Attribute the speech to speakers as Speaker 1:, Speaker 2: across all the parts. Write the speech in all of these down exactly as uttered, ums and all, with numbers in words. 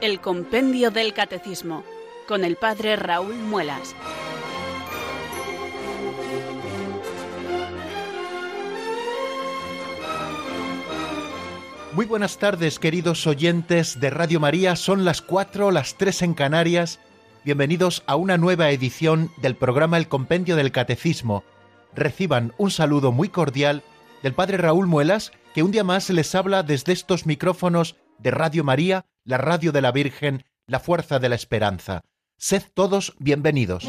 Speaker 1: El Compendio del Catecismo, con el Padre Raúl Muelas.
Speaker 2: Muy buenas tardes, queridos oyentes de Radio María. Son las cuatro, las tres en Canarias. Bienvenidos a una nueva edición del programa El Compendio del Catecismo. Reciban un saludo muy cordial del Padre Raúl Muelas, que un día más les habla desde estos micrófonos de Radio María, la radio de la Virgen, la fuerza de la esperanza. Sed todos bienvenidos.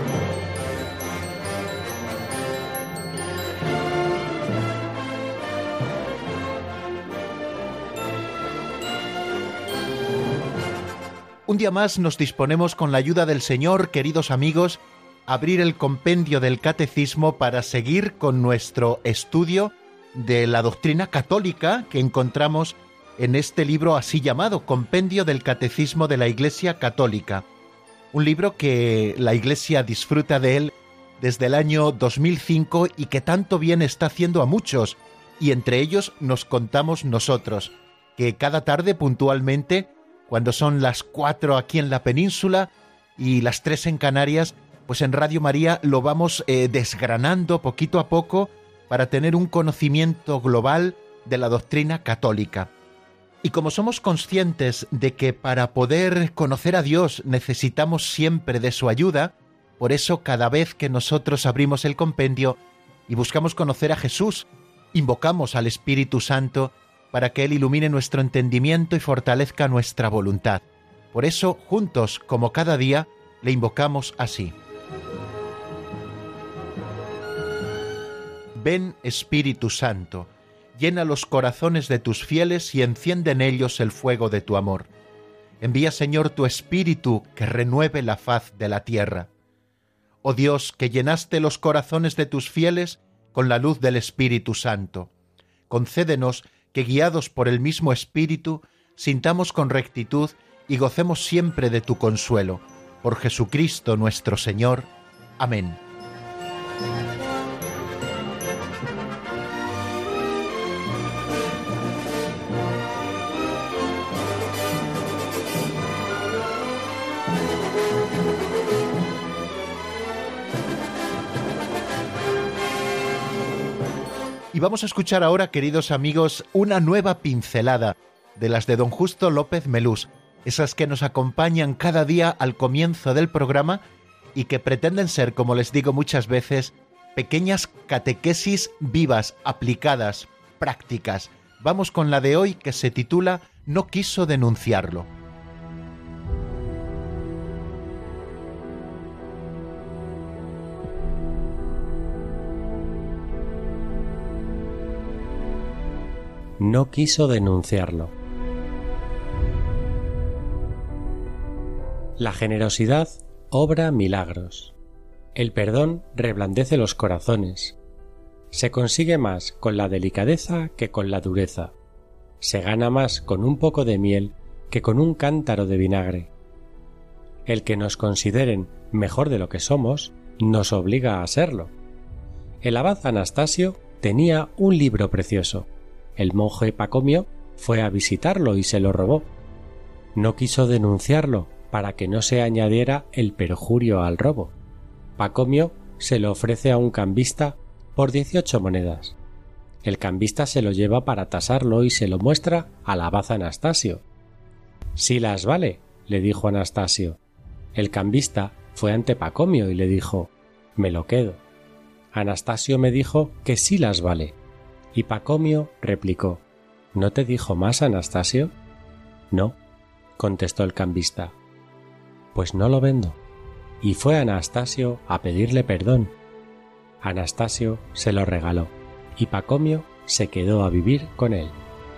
Speaker 2: Un día más nos disponemos, con la ayuda del Señor, queridos amigos, a abrir el compendio del Catecismo para seguir con nuestro estudio de la doctrina católica que encontramos en este libro así llamado Compendio del Catecismo de la Iglesia Católica. Un libro que la Iglesia disfruta de él desde el año dos mil cinco y que tanto bien está haciendo a muchos, y entre ellos nos contamos nosotros, que cada tarde puntualmente, cuando son las cuatro aquí en la península y las tres en Canarias, pues en Radio María lo vamos eh, desgranando poquito a poco para tener un conocimiento global de la doctrina católica. Y como somos conscientes de que para poder conocer a Dios necesitamos siempre de su ayuda, por eso cada vez que nosotros abrimos el compendio y buscamos conocer a Jesús, invocamos al Espíritu Santo para que Él ilumine nuestro entendimiento y fortalezca nuestra voluntad. Por eso, juntos, como cada día, le invocamos así. Ven, Espíritu Santo, llena los corazones de tus fieles y enciende en ellos el fuego de tu amor. Envía, Señor, tu Espíritu que renueve la faz de la tierra. Oh Dios, que llenaste los corazones de tus fieles con la luz del Espíritu Santo, concédenos que, guiados por el mismo Espíritu, sintamos con rectitud y gocemos siempre de tu consuelo. Por Jesucristo nuestro Señor. Amén. Y vamos a escuchar ahora, queridos amigos, una nueva pincelada de las de don Justo López Melús, esas que nos acompañan cada día al comienzo del programa y que pretenden ser, como les digo muchas veces, pequeñas catequesis vivas, aplicadas, prácticas. Vamos con la de hoy, que se titula No quiso denunciarlo.
Speaker 3: No quiso denunciarlo. La generosidad obra milagros. El perdón reblandece los corazones. Se consigue más con la delicadeza que con la dureza. Se gana más con un poco de miel que con un cántaro de vinagre. El que nos consideren mejor de lo que somos nos obliga a serlo. El abad Anastasio tenía un libro precioso. El monje Pacomio fue a visitarlo y se lo robó. No quiso denunciarlo para que no se añadiera el perjurio al robo. Pacomio se lo ofrece a un cambista por dieciocho monedas. El cambista se lo lleva para tasarlo y se lo muestra al abad Anastasio. «Sí las vale», le dijo Anastasio. El cambista fue ante Pacomio y le dijo: «Me lo quedo». Anastasio me dijo que sí las vale. Y Pacomio replicó: «¿No te dijo más, Anastasio?» «No», contestó el cambista. «Pues no lo vendo». Y fue Anastasio a pedirle perdón. Anastasio se lo regaló y Pacomio se quedó a vivir con él.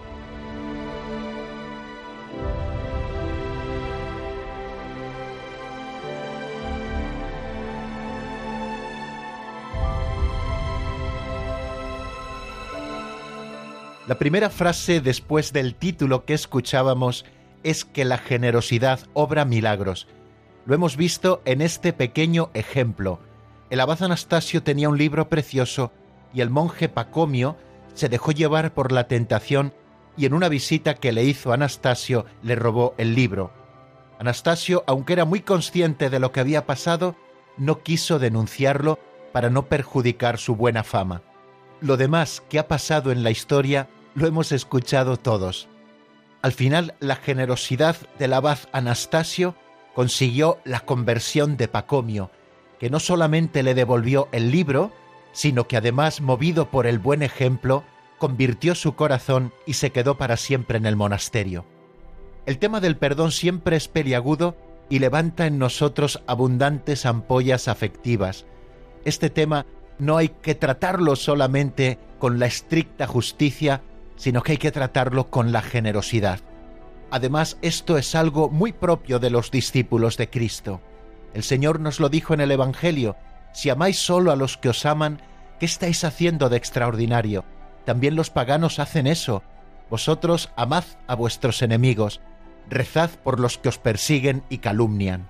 Speaker 2: La primera frase después del título que escuchábamos es que la generosidad obra milagros. Lo hemos visto en este pequeño ejemplo. El abad Anastasio tenía un libro precioso y el monje Pacomio se dejó llevar por la tentación y en una visita que le hizo Anastasio le robó el libro. Anastasio, aunque era muy consciente de lo que había pasado, no quiso denunciarlo para no perjudicar su buena fama. Lo demás que ha pasado en la historia lo hemos escuchado todos. Al final, la generosidad del abad Anastasio consiguió la conversión de Pacomio, que no solamente le devolvió el libro, sino que además, movido por el buen ejemplo, convirtió su corazón y se quedó para siempre en el monasterio. El tema del perdón siempre es peliagudo y levanta en nosotros abundantes ampollas afectivas. Este tema no hay que tratarlo solamente con la estricta justicia, sino que hay que tratarlo con la generosidad. Además, esto es algo muy propio de los discípulos de Cristo. El Señor nos lo dijo en el Evangelio: si amáis solo a los que os aman, ¿qué estáis haciendo de extraordinario? También los paganos hacen eso. Vosotros amad a vuestros enemigos, rezad por los que os persiguen y calumnian.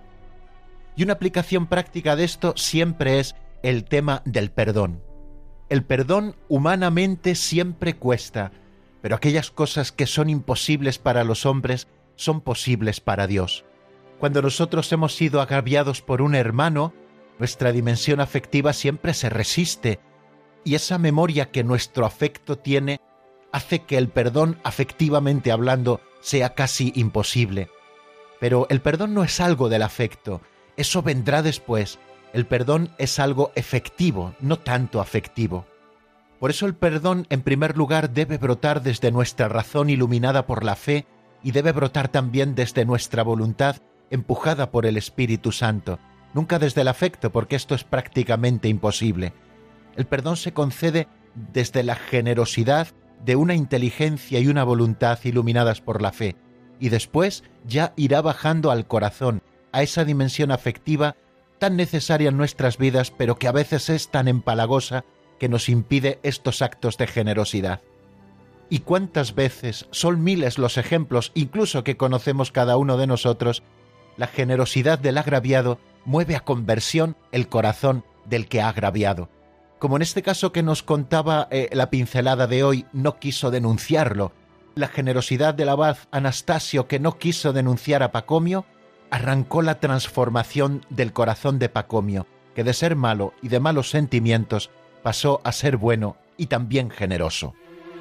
Speaker 2: Y una aplicación práctica de esto siempre es el tema del perdón. El perdón humanamente siempre cuesta, pero aquellas cosas que son imposibles para los hombres son posibles para Dios. Cuando nosotros hemos sido agraviados por un hermano, nuestra dimensión afectiva siempre se resiste, y esa memoria que nuestro afecto tiene hace que el perdón, afectivamente hablando, sea casi imposible. Pero el perdón no es algo del afecto, eso vendrá después. El perdón es algo efectivo, no tanto afectivo. Por eso el perdón, en primer lugar, debe brotar desde nuestra razón iluminada por la fe y debe brotar también desde nuestra voluntad empujada por el Espíritu Santo, nunca desde el afecto, porque esto es prácticamente imposible. El perdón se concede desde la generosidad de una inteligencia y una voluntad iluminadas por la fe, y después ya irá bajando al corazón, a esa dimensión afectiva tan necesaria en nuestras vidas, pero que a veces es tan empalagosa que nos impide estos actos de generosidad. ¿Y cuántas veces, son miles los ejemplos, incluso que conocemos cada uno de nosotros, la generosidad del agraviado mueve a conversión el corazón del que ha agraviado? Como en este caso que nos contaba eh, la pincelada de hoy, no quiso denunciarlo. La generosidad del abad Anastasio, que no quiso denunciar a Pacomio, arrancó la transformación del corazón de Pacomio, que de ser malo y de malos sentimientos pasó a ser bueno y también generoso.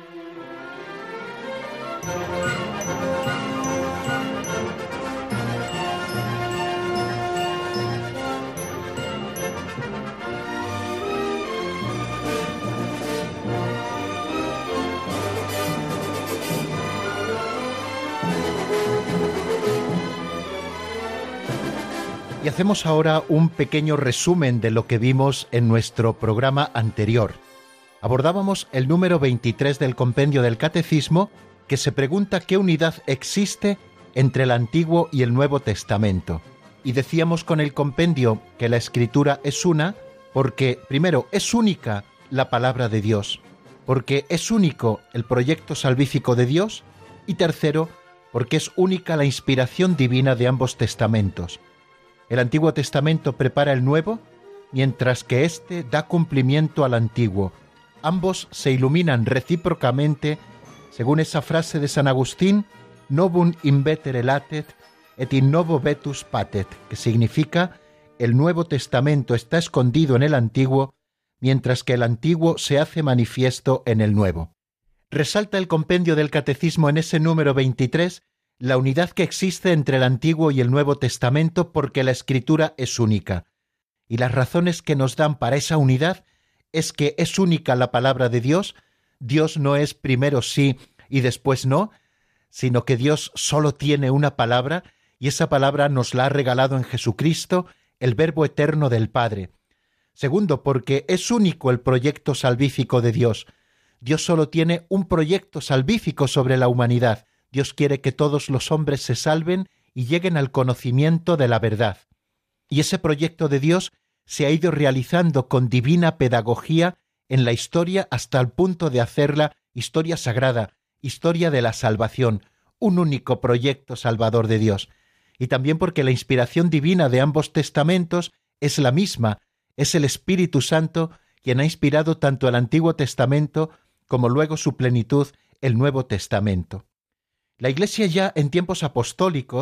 Speaker 2: Y hacemos ahora un pequeño resumen de lo que vimos en nuestro programa anterior. Abordábamos el número veintitrés del compendio del Catecismo, que se pregunta qué unidad existe entre el Antiguo y el Nuevo Testamento. Y decíamos con el compendio que la Escritura es una, porque, primero, es única la palabra de Dios, porque es único el proyecto salvífico de Dios, y tercero, porque es única la inspiración divina de ambos testamentos. El Antiguo Testamento prepara el Nuevo, mientras que éste da cumplimiento al Antiguo. Ambos se iluminan recíprocamente, según esa frase de San Agustín, novum invetere latet et in novo vetus patet, que significa el Nuevo Testamento está escondido en el Antiguo, mientras que el Antiguo se hace manifiesto en el Nuevo. Resalta el compendio del Catecismo en ese número veintitrés la unidad que existe entre el Antiguo y el Nuevo Testamento, porque la Escritura es única. Y las razones que nos dan para esa unidad es que es única la palabra de Dios. Dios no es primero sí y después no, sino que Dios solo tiene una palabra, y esa palabra nos la ha regalado en Jesucristo, el Verbo eterno del Padre. Segundo, porque es único el proyecto salvífico de Dios. Dios solo tiene un proyecto salvífico sobre la humanidad. Dios quiere que todos los hombres se salven y lleguen al conocimiento de la verdad. Y ese proyecto de Dios se ha ido realizando con divina pedagogía en la historia hasta el punto de hacerla historia sagrada, historia de la salvación, un único proyecto salvador de Dios. Y también porque la inspiración divina de ambos testamentos es la misma, es el Espíritu Santo quien ha inspirado tanto el Antiguo Testamento como luego su plenitud, el Nuevo Testamento. La Iglesia ya en tiempos apostólicos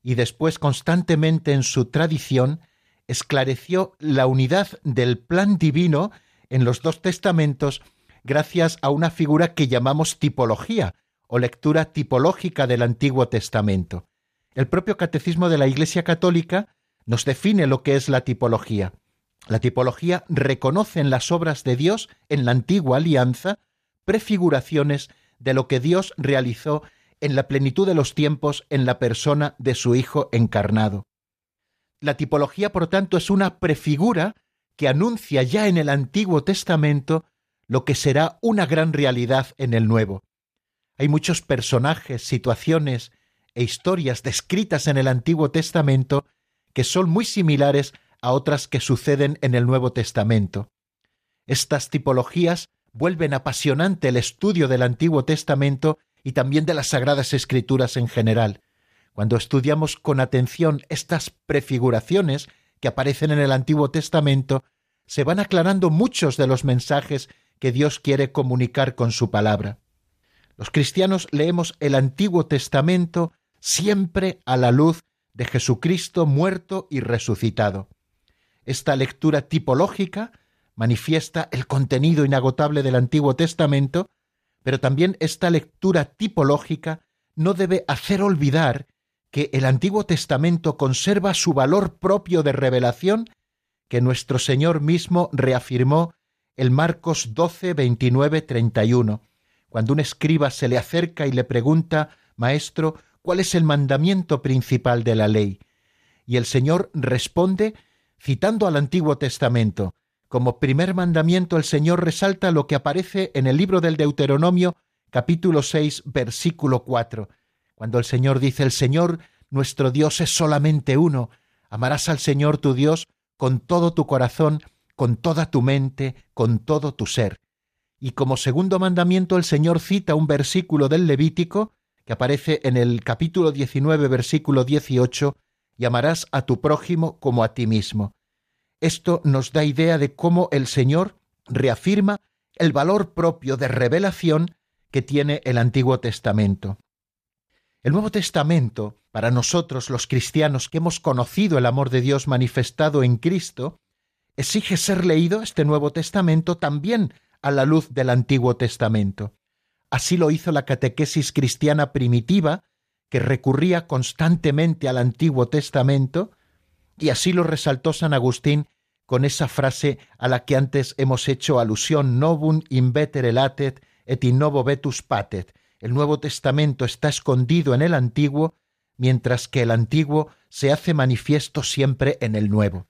Speaker 2: y después constantemente en su tradición, esclareció la unidad del plan divino en los dos testamentos gracias a una figura que llamamos tipología o lectura tipológica del Antiguo Testamento. El propio Catecismo de la Iglesia Católica nos define lo que es la tipología. La tipología reconoce en las obras de Dios, en la antigua alianza, prefiguraciones de lo que Dios realizó en la plenitud de los tiempos en la persona de su Hijo encarnado. La tipología, por tanto, es una prefigura que anuncia ya en el Antiguo Testamento lo que será una gran realidad en el Nuevo. Hay muchos personajes, situaciones e historias descritas en el Antiguo Testamento que son muy similares a otras que suceden en el Nuevo Testamento. Estas tipologías vuelven apasionante el estudio del Antiguo Testamento y también de las Sagradas Escrituras en general. Cuando estudiamos con atención estas prefiguraciones que aparecen en el Antiguo Testamento, se van aclarando muchos de los mensajes que Dios quiere comunicar con su palabra. Los cristianos leemos el Antiguo Testamento siempre a la luz de Jesucristo muerto y resucitado. Esta lectura tipológica manifiesta el contenido inagotable del Antiguo Testamento, pero también esta lectura tipológica no debe hacer olvidar que el Antiguo Testamento conserva su valor propio de revelación que nuestro Señor mismo reafirmó en Marcos doce, veintinueve, treinta y uno, cuando un escriba se le acerca y le pregunta: «Maestro, ¿cuál es el mandamiento principal de la ley?». Y el Señor responde citando al Antiguo Testamento. Como primer mandamiento el Señor resalta lo que aparece en el libro del Deuteronomio, capítulo seis, versículo cuatro, cuando el Señor dice: «El Señor, nuestro Dios, es solamente uno. Amarás al Señor tu Dios con todo tu corazón, con toda tu mente, con todo tu ser». Y como segundo mandamiento el Señor cita un versículo del Levítico que aparece en el capítulo diecinueve, versículo dieciocho, «Y amarás a tu prójimo como a ti mismo». Esto nos da idea de cómo el Señor reafirma el valor propio de revelación que tiene el Antiguo Testamento. El Nuevo Testamento, para nosotros los cristianos que hemos conocido el amor de Dios manifestado en Cristo, exige ser leído, este Nuevo Testamento, también a la luz del Antiguo Testamento. Así lo hizo la catequesis cristiana primitiva, que recurría constantemente al Antiguo Testamento, y así lo resaltó San Agustín con esa frase a la que antes hemos hecho alusión: «Novum invetere latet et in novo vetus patet». El Nuevo Testamento está escondido en el Antiguo, mientras que el Antiguo se hace manifiesto siempre en el Nuevo.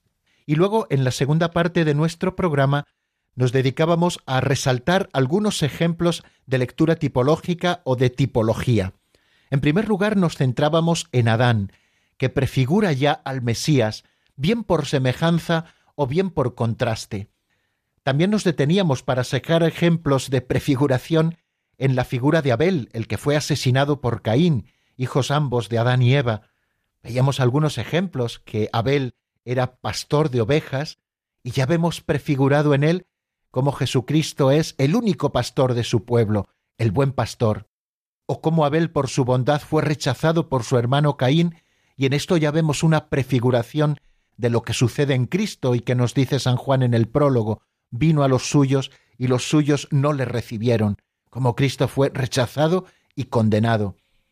Speaker 2: Y luego, en la segunda parte de nuestro programa, nos dedicábamos a resaltar algunos ejemplos de lectura tipológica o de tipología. En primer lugar, nos centrábamos en Adán, que prefigura ya al Mesías, bien por semejanza o bien por contraste. También nos deteníamos para sacar ejemplos de prefiguración en la figura de Abel, el que fue asesinado por Caín, hijos ambos de Adán y Eva. Veíamos algunos ejemplos, que Abel era pastor de ovejas, y ya vemos prefigurado en él cómo Jesucristo es el único pastor de su pueblo, el buen pastor. O cómo Abel por su bondad fue rechazado por su hermano Caín, y en esto ya vemos una prefiguración de lo que sucede en Cristo y que nos dice San Juan en el prólogo: «Vino a los suyos y los suyos no le recibieron», como Cristo fue rechazado y condenado.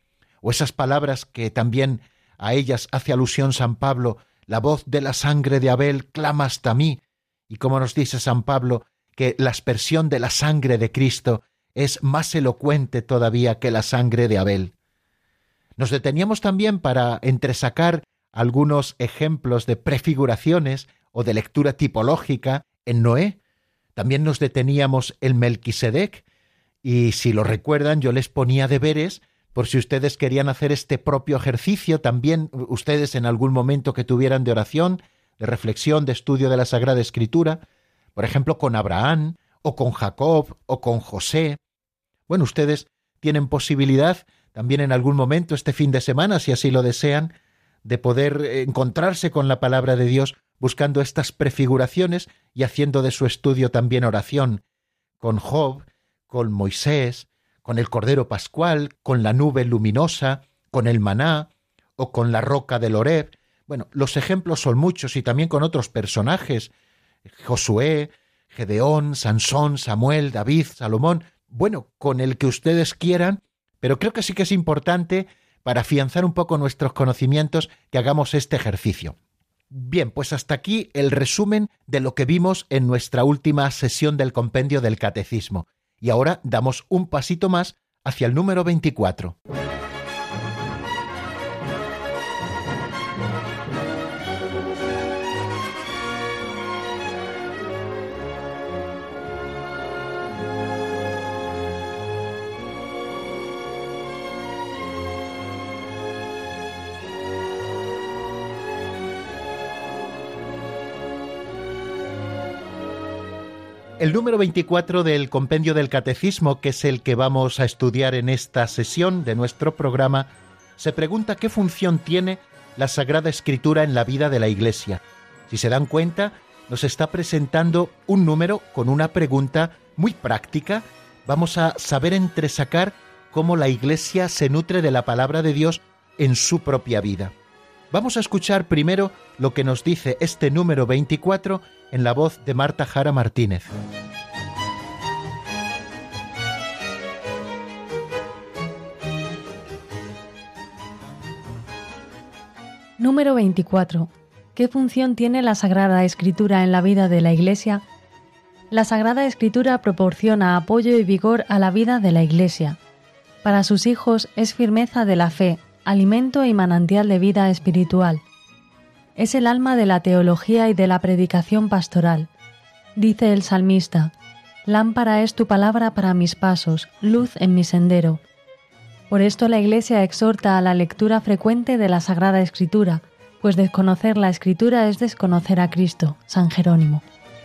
Speaker 2: O esas palabras que también a ellas hace alusión San Pablo: «La voz de la sangre de Abel clama hasta mí», y como nos dice San Pablo que la aspersión de la sangre de Cristo es más elocuente todavía que la sangre de Abel. Nos deteníamos también para entresacar algunos ejemplos de prefiguraciones o de lectura tipológica en Noé. También nos deteníamos en Melquisedec, y si lo recuerdan, yo les ponía deberes por si ustedes querían hacer este propio ejercicio, también ustedes en algún momento que tuvieran de oración, de reflexión, de estudio de la Sagrada Escritura, por ejemplo con Abraham, o con Jacob, o con José. Bueno, ustedes tienen posibilidad también en algún momento este fin de semana, si así lo desean, de poder encontrarse con la palabra de Dios buscando estas prefiguraciones y haciendo de su estudio también oración, con Job, con Moisés, con el Cordero Pascual, con la nube luminosa, con el maná, o con la roca del Horeb. Bueno, los ejemplos son muchos y también con otros personajes, Josué, Gedeón, Sansón, Samuel, David, Salomón, bueno, con el que ustedes quieran, pero creo que sí que es importante para afianzar un poco nuestros conocimientos que hagamos este ejercicio. Bien, pues hasta aquí el resumen de lo que vimos en nuestra última sesión del compendio del Catecismo. Y ahora damos un pasito más hacia el número veinticuatro. El número veinticuatro del compendio del Catecismo, que es el que vamos a estudiar en esta sesión de nuestro programa, se pregunta qué función tiene la Sagrada Escritura en la vida de la Iglesia. Si se dan cuenta, nos está presentando un número con una pregunta muy práctica. Vamos a saber entresacar cómo la Iglesia se nutre de la palabra de Dios en su propia vida. Vamos a escuchar primero lo que nos dice este número veinticuatro en la voz de Marta Jara Martínez.
Speaker 4: Número veinticuatro. ¿Qué función tiene la Sagrada Escritura en la vida de la Iglesia? La Sagrada Escritura proporciona apoyo y vigor a la vida de la Iglesia. Para sus hijos es firmeza de la fe, alimento y manantial de vida espiritual. Es el alma de la teología y de la predicación pastoral. Dice el salmista: «Lámpara es tu palabra para mis pasos, luz en mi sendero». Por esto la Iglesia exhorta a la lectura frecuente de la Sagrada Escritura, pues desconocer la Escritura es desconocer a Cristo. San Jerónimo.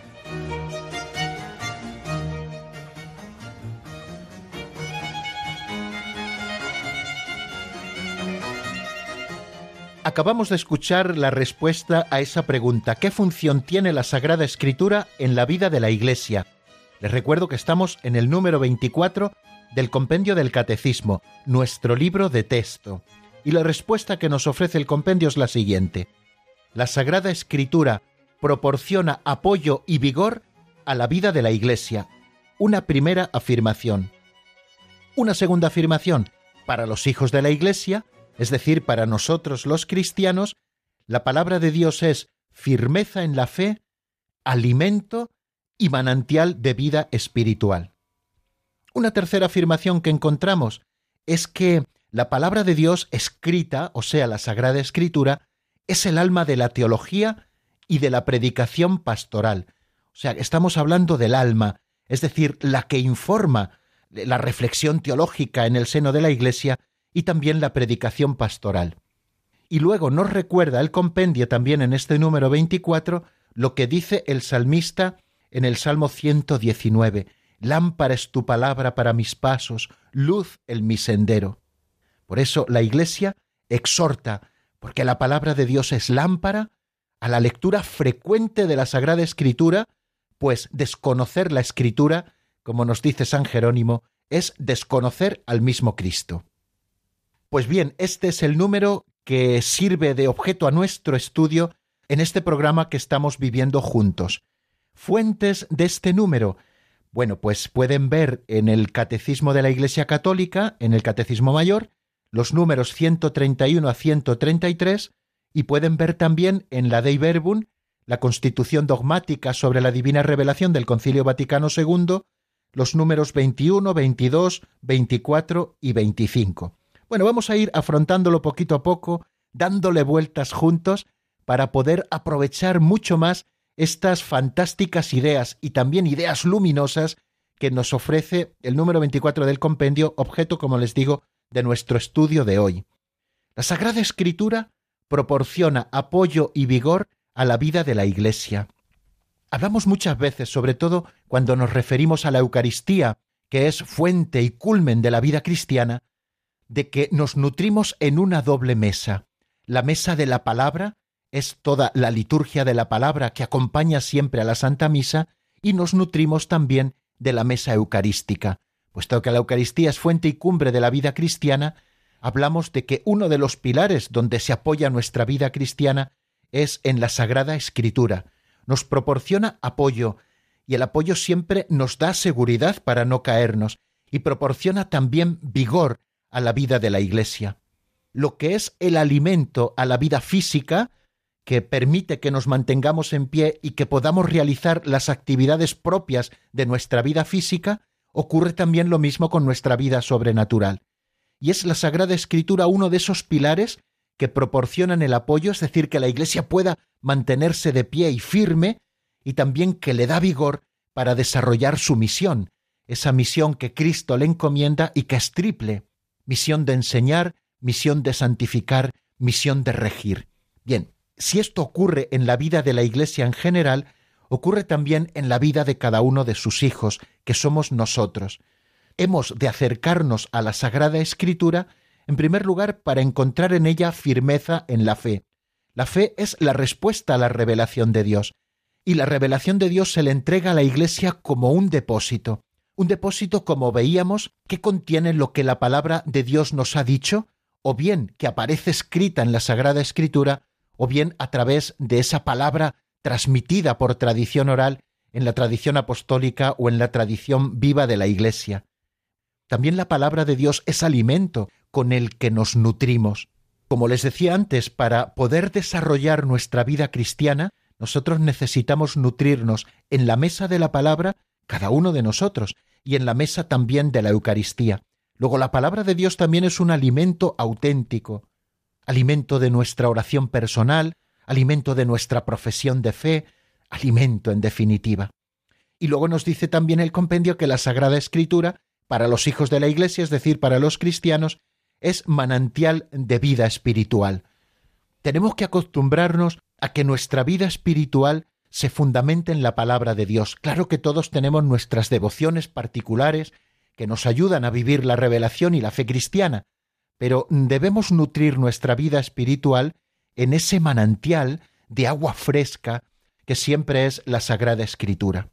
Speaker 2: Acabamos de escuchar la respuesta a esa pregunta: ¿qué función tiene la Sagrada Escritura en la vida de la Iglesia? Les recuerdo que estamos en el número veinticuatro del compendio del Catecismo, nuestro libro de texto. Y la respuesta que nos ofrece el compendio es la siguiente: la Sagrada Escritura proporciona apoyo y vigor a la vida de la Iglesia. Una primera afirmación. Una segunda afirmación: para los hijos de la Iglesia, es decir, para nosotros los cristianos, la palabra de Dios es firmeza en la fe, alimento y manantial de vida espiritual. Una tercera afirmación que encontramos es que la palabra de Dios escrita, o sea, la Sagrada Escritura, es el alma de la teología y de la predicación pastoral. O sea, estamos hablando del alma, es decir, la que informa la reflexión teológica en el seno de la Iglesia y también la predicación pastoral. Y luego nos recuerda el compendio también en este número veinticuatro lo que dice el salmista en el Salmo ciento diecinueve: «Lámpara es tu palabra para mis pasos, luz en mi sendero». Por eso la Iglesia exhorta, porque la palabra de Dios es lámpara, a la lectura frecuente de la Sagrada Escritura, pues desconocer la Escritura, como nos dice San Jerónimo, es desconocer al mismo Cristo. Pues bien, este es el número que sirve de objeto a nuestro estudio en este programa que estamos viviendo juntos. Fuentes de este número. Bueno, pues pueden ver en el Catecismo de la Iglesia Católica, en el Catecismo Mayor, los números ciento treinta y uno a ciento treinta y tres, y pueden ver también en la Dei Verbum, la Constitución Dogmática sobre la Divina Revelación del Concilio Vaticano segundo, los números veintiuno, veintidós, veinticuatro y veinticinco. Bueno, vamos a ir afrontándolo poquito a poco, dándole vueltas juntos para poder aprovechar mucho más estas fantásticas ideas y también ideas luminosas que nos ofrece el número veinticuatro del compendio, objeto, como les digo, de nuestro estudio de hoy. La Sagrada Escritura proporciona apoyo y vigor a la vida de la Iglesia. Hablamos muchas veces, sobre todo cuando nos referimos a la Eucaristía, que es fuente y culmen de la vida cristiana, de que nos nutrimos en una doble mesa. La mesa de la palabra es toda la liturgia de la palabra que acompaña siempre a la Santa Misa, y nos nutrimos también de la mesa eucarística. Puesto que la Eucaristía es fuente y cumbre de la vida cristiana, hablamos de que uno de los pilares donde se apoya nuestra vida cristiana es en la Sagrada Escritura. Nos proporciona apoyo, y el apoyo siempre nos da seguridad para no caernos, y proporciona también vigor a la vida de la Iglesia. Lo que es el alimento a la vida física, que permite que nos mantengamos en pie y que podamos realizar las actividades propias de nuestra vida física, ocurre también lo mismo con nuestra vida sobrenatural. Y es la Sagrada Escritura uno de esos pilares que proporcionan el apoyo, es decir, que la Iglesia pueda mantenerse de pie y firme, y también que le da vigor para desarrollar su misión, esa misión que Cristo le encomienda y que es triple: misión de enseñar, misión de santificar, misión de regir. Bien, si esto ocurre en la vida de la Iglesia en general, ocurre también en la vida de cada uno de sus hijos, que somos nosotros. Hemos de acercarnos a la Sagrada Escritura, en primer lugar, para encontrar en ella firmeza en la fe. La fe es la respuesta a la revelación de Dios, y la revelación de Dios se le entrega a la Iglesia como un depósito. Un depósito, como veíamos, que contiene lo que la palabra de Dios nos ha dicho, o bien que aparece escrita en la Sagrada Escritura, o bien a través de esa palabra transmitida por tradición oral en la tradición apostólica o en la tradición viva de la Iglesia. También la palabra de Dios es alimento con el que nos nutrimos. Como les decía antes, para poder desarrollar nuestra vida cristiana, nosotros necesitamos nutrirnos en la mesa de la palabra, cada uno de nosotros, y en la mesa también de la Eucaristía. Luego, la palabra de Dios también es un alimento auténtico, alimento de nuestra oración personal, alimento de nuestra profesión de fe, alimento en definitiva. Y luego nos dice también el compendio que la Sagrada Escritura, para los hijos de la Iglesia, es decir, para los cristianos, es manantial de vida espiritual. Tenemos que acostumbrarnos a que nuestra vida espiritual se fundamente en la palabra de Dios. Claro que todos tenemos nuestras devociones particulares que nos ayudan a vivir la revelación y la fe cristiana, pero debemos nutrir nuestra vida espiritual en ese manantial de agua fresca que siempre es la Sagrada Escritura.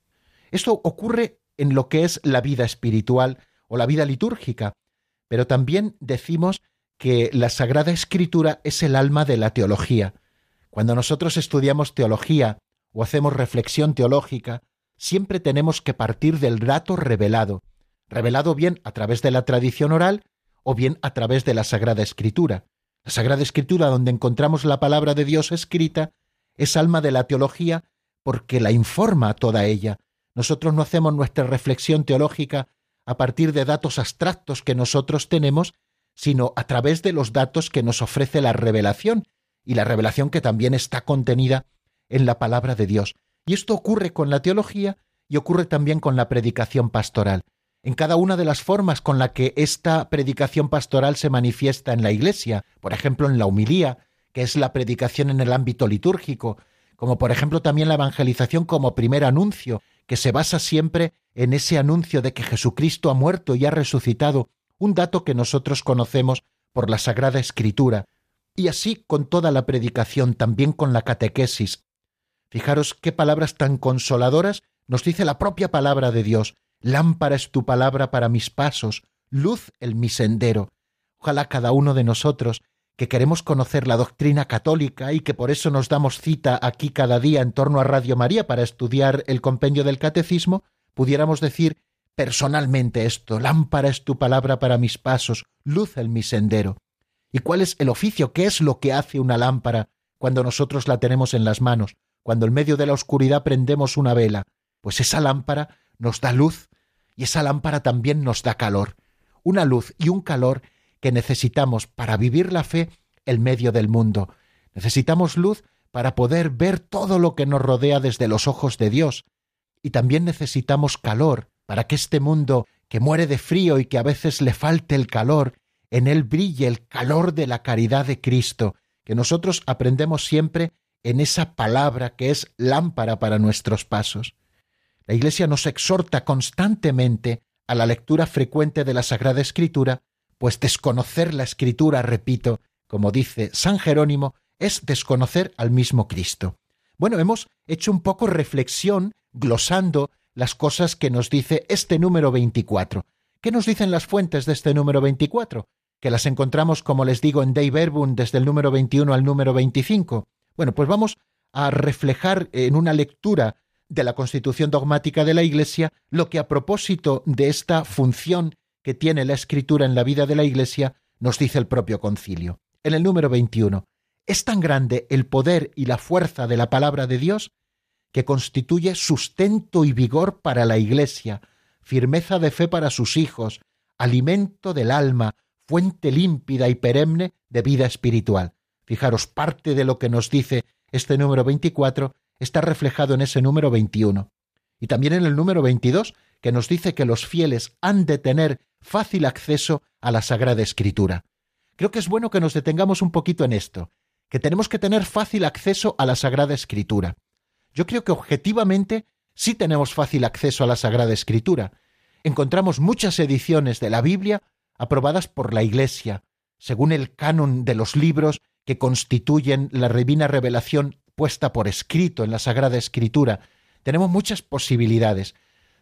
Speaker 2: Esto ocurre en lo que es la vida espiritual o la vida litúrgica, pero también decimos que la Sagrada Escritura es el alma de la teología. Cuando nosotros estudiamos teología o hacemos reflexión teológica, siempre tenemos que partir del dato revelado, revelado bien a través de la tradición oral o bien a través de la Sagrada Escritura. La Sagrada Escritura, donde encontramos la palabra de Dios escrita, es alma de la teología porque la informa a toda ella. Nosotros no hacemos nuestra reflexión teológica a partir de datos abstractos que nosotros tenemos, sino a través de los datos que nos ofrece la revelación, y la revelación que también está contenida en la palabra de Dios. Y esto ocurre con la teología y ocurre también con la predicación pastoral. En cada una de las formas con la que esta predicación pastoral se manifiesta en la Iglesia, por ejemplo en la homilía, que es la predicación en el ámbito litúrgico, como por ejemplo también la evangelización como primer anuncio, que se basa siempre en ese anuncio de que Jesucristo ha muerto y ha resucitado, un dato que nosotros conocemos por la Sagrada Escritura, y así con toda la predicación, también con la catequesis. Fijaros qué palabras tan consoladoras nos dice la propia palabra de Dios. Lámpara es tu palabra para mis pasos, luz en mi sendero. Ojalá cada uno de nosotros, que queremos conocer la doctrina católica y que por eso nos damos cita aquí cada día en torno a Radio María para estudiar el compendio del Catecismo, pudiéramos decir personalmente esto: lámpara es tu palabra para mis pasos, luz en mi sendero. ¿Y cuál es el oficio? ¿Qué es lo que hace una lámpara cuando nosotros la tenemos en las manos? Cuando en medio de la oscuridad prendemos una vela, pues esa lámpara nos da luz y esa lámpara también nos da calor. Una luz y un calor que necesitamos para vivir la fe en medio del mundo. Necesitamos luz para poder ver todo lo que nos rodea desde los ojos de Dios. Y también necesitamos calor para que este mundo que muere de frío y que a veces le falte el calor, en él brille el calor de la caridad de Cristo, que nosotros aprendemos siempre en esa palabra que es lámpara para nuestros pasos. La Iglesia nos exhorta constantemente a la lectura frecuente de la Sagrada Escritura, pues desconocer la Escritura, repito, como dice San Jerónimo, es desconocer al mismo Cristo. Bueno, hemos hecho un poco reflexión glosando las cosas que nos dice este número veinticuatro. ¿Qué nos dicen las fuentes de este número veinticuatro? que las encontramos, como les digo, en Dei Verbum desde el número veintiuno al número veinticinco. Bueno, pues vamos a reflejar en una lectura de la Constitución Dogmática de la Iglesia lo que a propósito de esta función que tiene la Escritura en la vida de la Iglesia nos dice el propio concilio. En el número veintiuno, es tan grande el poder y la fuerza de la palabra de Dios que constituye sustento y vigor para la Iglesia, firmeza de fe para sus hijos, alimento del alma, fuente límpida y perenne de vida espiritual. Fijaros, parte de lo que nos dice este número veinticuatro está reflejado en ese número veintiuno. Y también en el número veintidós, que nos dice que los fieles han de tener fácil acceso a la Sagrada Escritura. Creo que es bueno que nos detengamos un poquito en esto, que tenemos que tener fácil acceso a la Sagrada Escritura. Yo creo que objetivamente sí tenemos fácil acceso a la Sagrada Escritura. Encontramos muchas ediciones de la Biblia aprobadas por la Iglesia, según el canon de los libros que constituyen la divina revelación puesta por escrito en la Sagrada Escritura. Tenemos muchas posibilidades,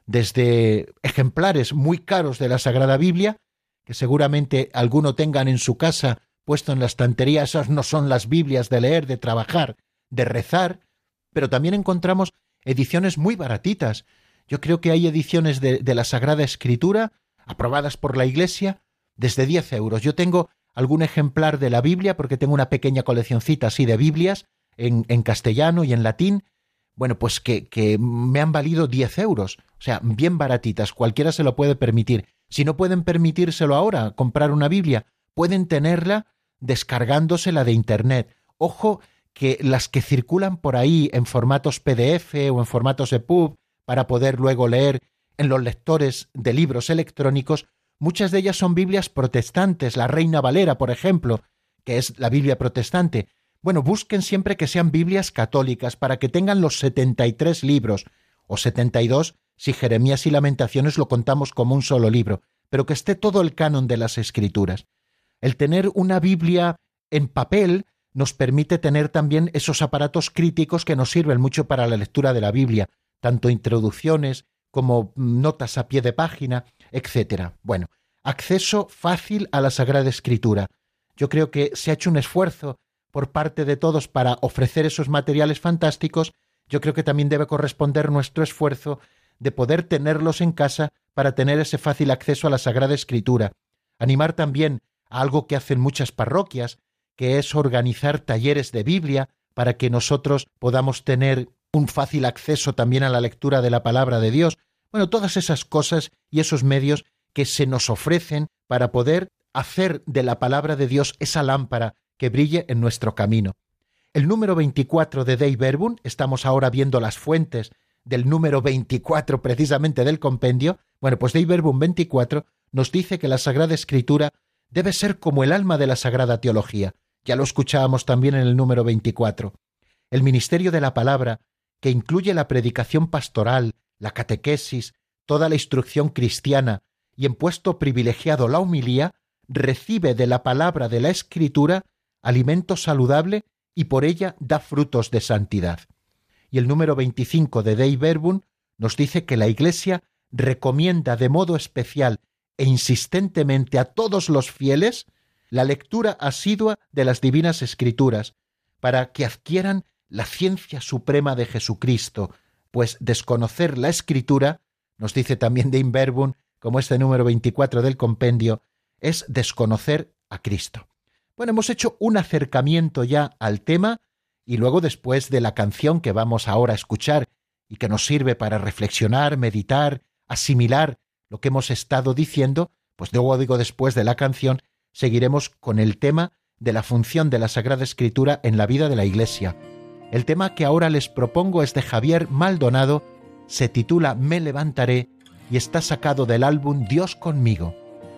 Speaker 2: desde ejemplares muy caros de la Sagrada Biblia, que seguramente alguno tengan en su casa puesto en la estantería. Esas no son las Biblias de leer, de trabajar, de rezar, pero también encontramos ediciones muy baratitas. Yo creo que hay ediciones de, de la Sagrada Escritura aprobadas por la Iglesia desde diez euros. Yo tengo algún ejemplar de la Biblia, porque tengo una pequeña coleccioncita así de Biblias en, en castellano y en latín, bueno, pues que, que me han valido diez euros, o sea, bien baratitas, cualquiera se lo puede permitir. Si no pueden permitírselo ahora, comprar una Biblia, pueden tenerla descargándosela de Internet. Ojo, que las que circulan por ahí en formatos P D F o en formatos E P U B para poder luego leer en los lectores de libros electrónicos, muchas de ellas son Biblias protestantes, la Reina Valera, por ejemplo, que es la Biblia protestante. Bueno, busquen siempre que sean Biblias católicas para que tengan los setenta y tres libros, o setenta y dos si Jeremías y Lamentaciones lo contamos como un solo libro, pero que esté todo el canon de las Escrituras. El tener una Biblia en papel nos permite tener también esos aparatos críticos que nos sirven mucho para la lectura de la Biblia, tanto introducciones como notas a pie de página, etcétera. Bueno, acceso fácil a la Sagrada Escritura. Yo creo que se ha hecho un esfuerzo por parte de todos para ofrecer esos materiales fantásticos. Yo creo que también debe corresponder nuestro esfuerzo de poder tenerlos en casa para tener ese fácil acceso a la Sagrada Escritura. Animar también a algo que hacen muchas parroquias, que es organizar talleres de Biblia para que nosotros podamos tener un fácil acceso también a la lectura de la palabra de Dios. Bueno, todas esas cosas y esos medios que se nos ofrecen para poder hacer de la palabra de Dios esa lámpara que brille en nuestro camino. El número veinticuatro de Dei Verbum, estamos ahora viendo las fuentes del número veinticuatro precisamente del compendio. Bueno, pues Dei Verbum veinticuatro nos dice que la Sagrada Escritura debe ser como el alma de la Sagrada Teología. Ya lo escuchábamos también en el número veinticuatro. El ministerio de la palabra, que incluye la predicación pastoral, la catequesis, toda la instrucción cristiana y en puesto privilegiado la homilía, recibe de la palabra de la Escritura alimento saludable y por ella da frutos de santidad. Y el número veinticinco de Dei Verbum nos dice que la Iglesia recomienda de modo especial e insistentemente a todos los fieles la lectura asidua de las divinas Escrituras, para que adquieran la ciencia suprema de Jesucristo, pues desconocer la Escritura, nos dice también Dei Verbum, como este número veinticuatro del compendio, es desconocer a Cristo. Bueno, hemos hecho un acercamiento ya al tema, y luego después de la canción que vamos ahora a escuchar y que nos sirve para reflexionar, meditar, asimilar lo que hemos estado diciendo, pues luego digo después de la canción, seguiremos con el tema de la función de la Sagrada Escritura en la vida de la Iglesia. El tema que ahora les propongo es de Javier Maldonado, se titula Me levantaré y está sacado del álbum Dios conmigo.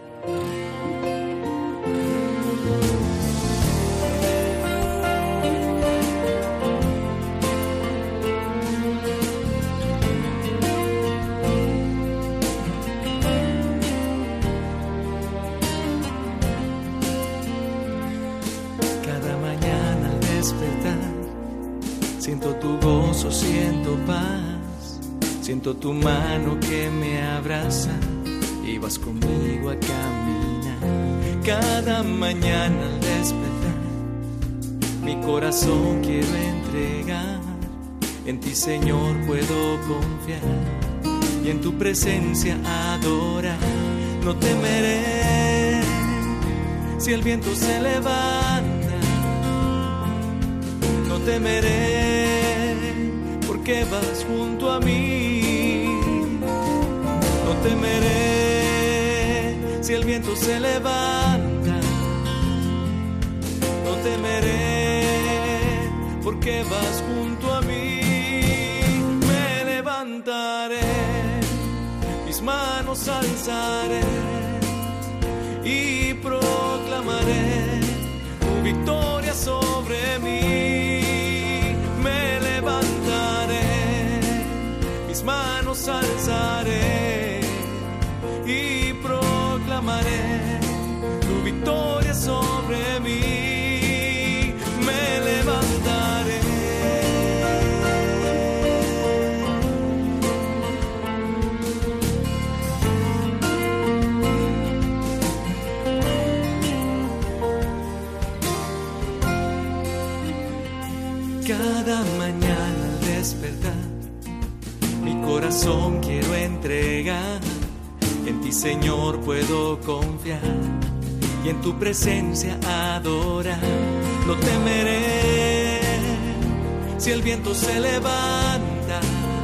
Speaker 5: Siento tu gozo, siento paz, siento tu mano que me abraza y vas conmigo a caminar. Cada mañana al despertar, mi corazón quiero entregar. En ti, Señor, puedo confiar y en tu presencia adorar. No temeré si el viento se levanta, no temeré porque vas junto a mí. No temeré si el viento se levanta, no temeré porque vas junto a mí. Me levantaré, mis manos alzaré y proclamaré tu victoria sobre mí. Me levantaré, mis manos alzaré y proclamaré tu victoria sobre mí. Me levantaré. Cada mañana al despertar, mi corazón quiero entregar. En ti, Señor, puedo confiar y en tu presencia adorar. No temeré si el viento se levanta,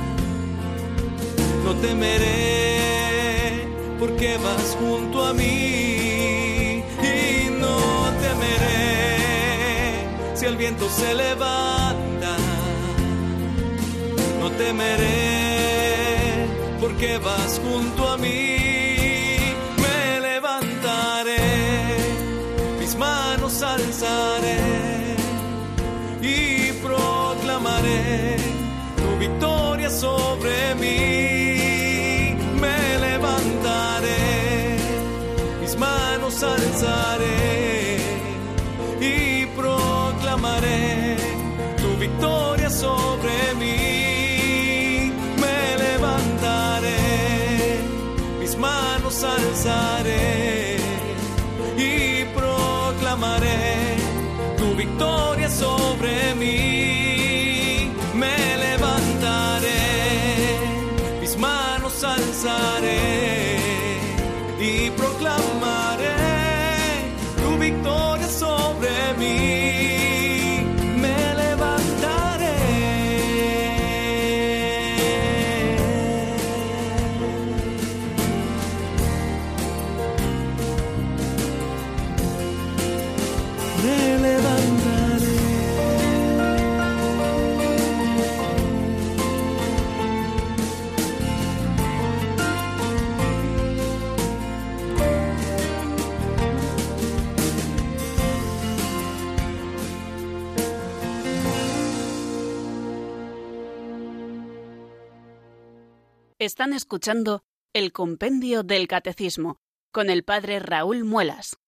Speaker 5: no temeré porque vas junto a mí. Y no temeré si el viento se levanta, no temeré porque vas junto a mí. Me levantaré, mis manos alzaré y proclamaré tu victoria sobre mí. Me levantaré, mis manos alzaré y proclamaré tu victoria sobre mí. Me levantaré, mis manos alzaré y proclamaré tu victoria sobre mí. Me levantaré, mis manos alzaré y proclamaré tu victoria sobre mí. Me levantaré. Me levantaré.
Speaker 1: Están escuchando el Compendio del Catecismo con el Padre Raúl Muelas.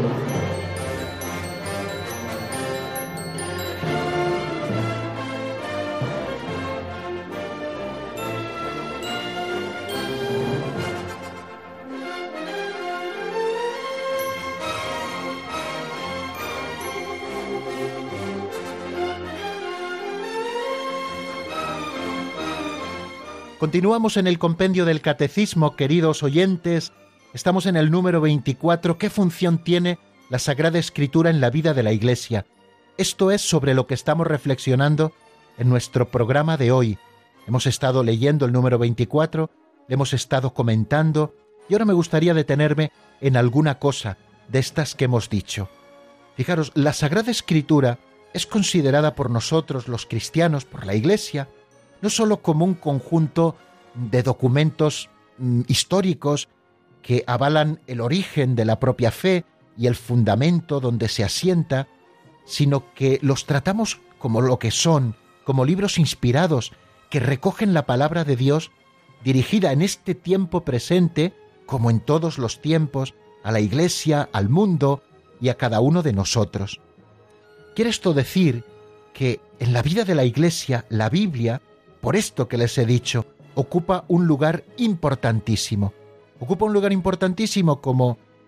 Speaker 2: Continuamos en el compendio del Catecismo, queridos oyentes. Estamos en el número veinticuatro. ¿Qué función tiene la Sagrada Escritura en la vida de la Iglesia? Esto es sobre lo que estamos reflexionando en nuestro programa de hoy. Hemos estado leyendo el número veinticuatro, le hemos estado comentando, y ahora me gustaría detenerme en alguna cosa de estas que hemos dicho. Fijaros, la Sagrada Escritura es considerada por nosotros, los cristianos, por la Iglesia, no sólo como un conjunto de documentos mm, históricos que avalan el origen de la propia fe y el fundamento donde se asienta, sino que los tratamos como lo que son, como libros inspirados que recogen la palabra de Dios dirigida en este tiempo presente, como en todos los tiempos, a la Iglesia, al mundo y a cada uno de nosotros. Quiere esto decir que en la vida de la Iglesia, la Biblia, por esto que les he dicho, ocupa un lugar importantísimo. Ocupa un lugar importantísimo como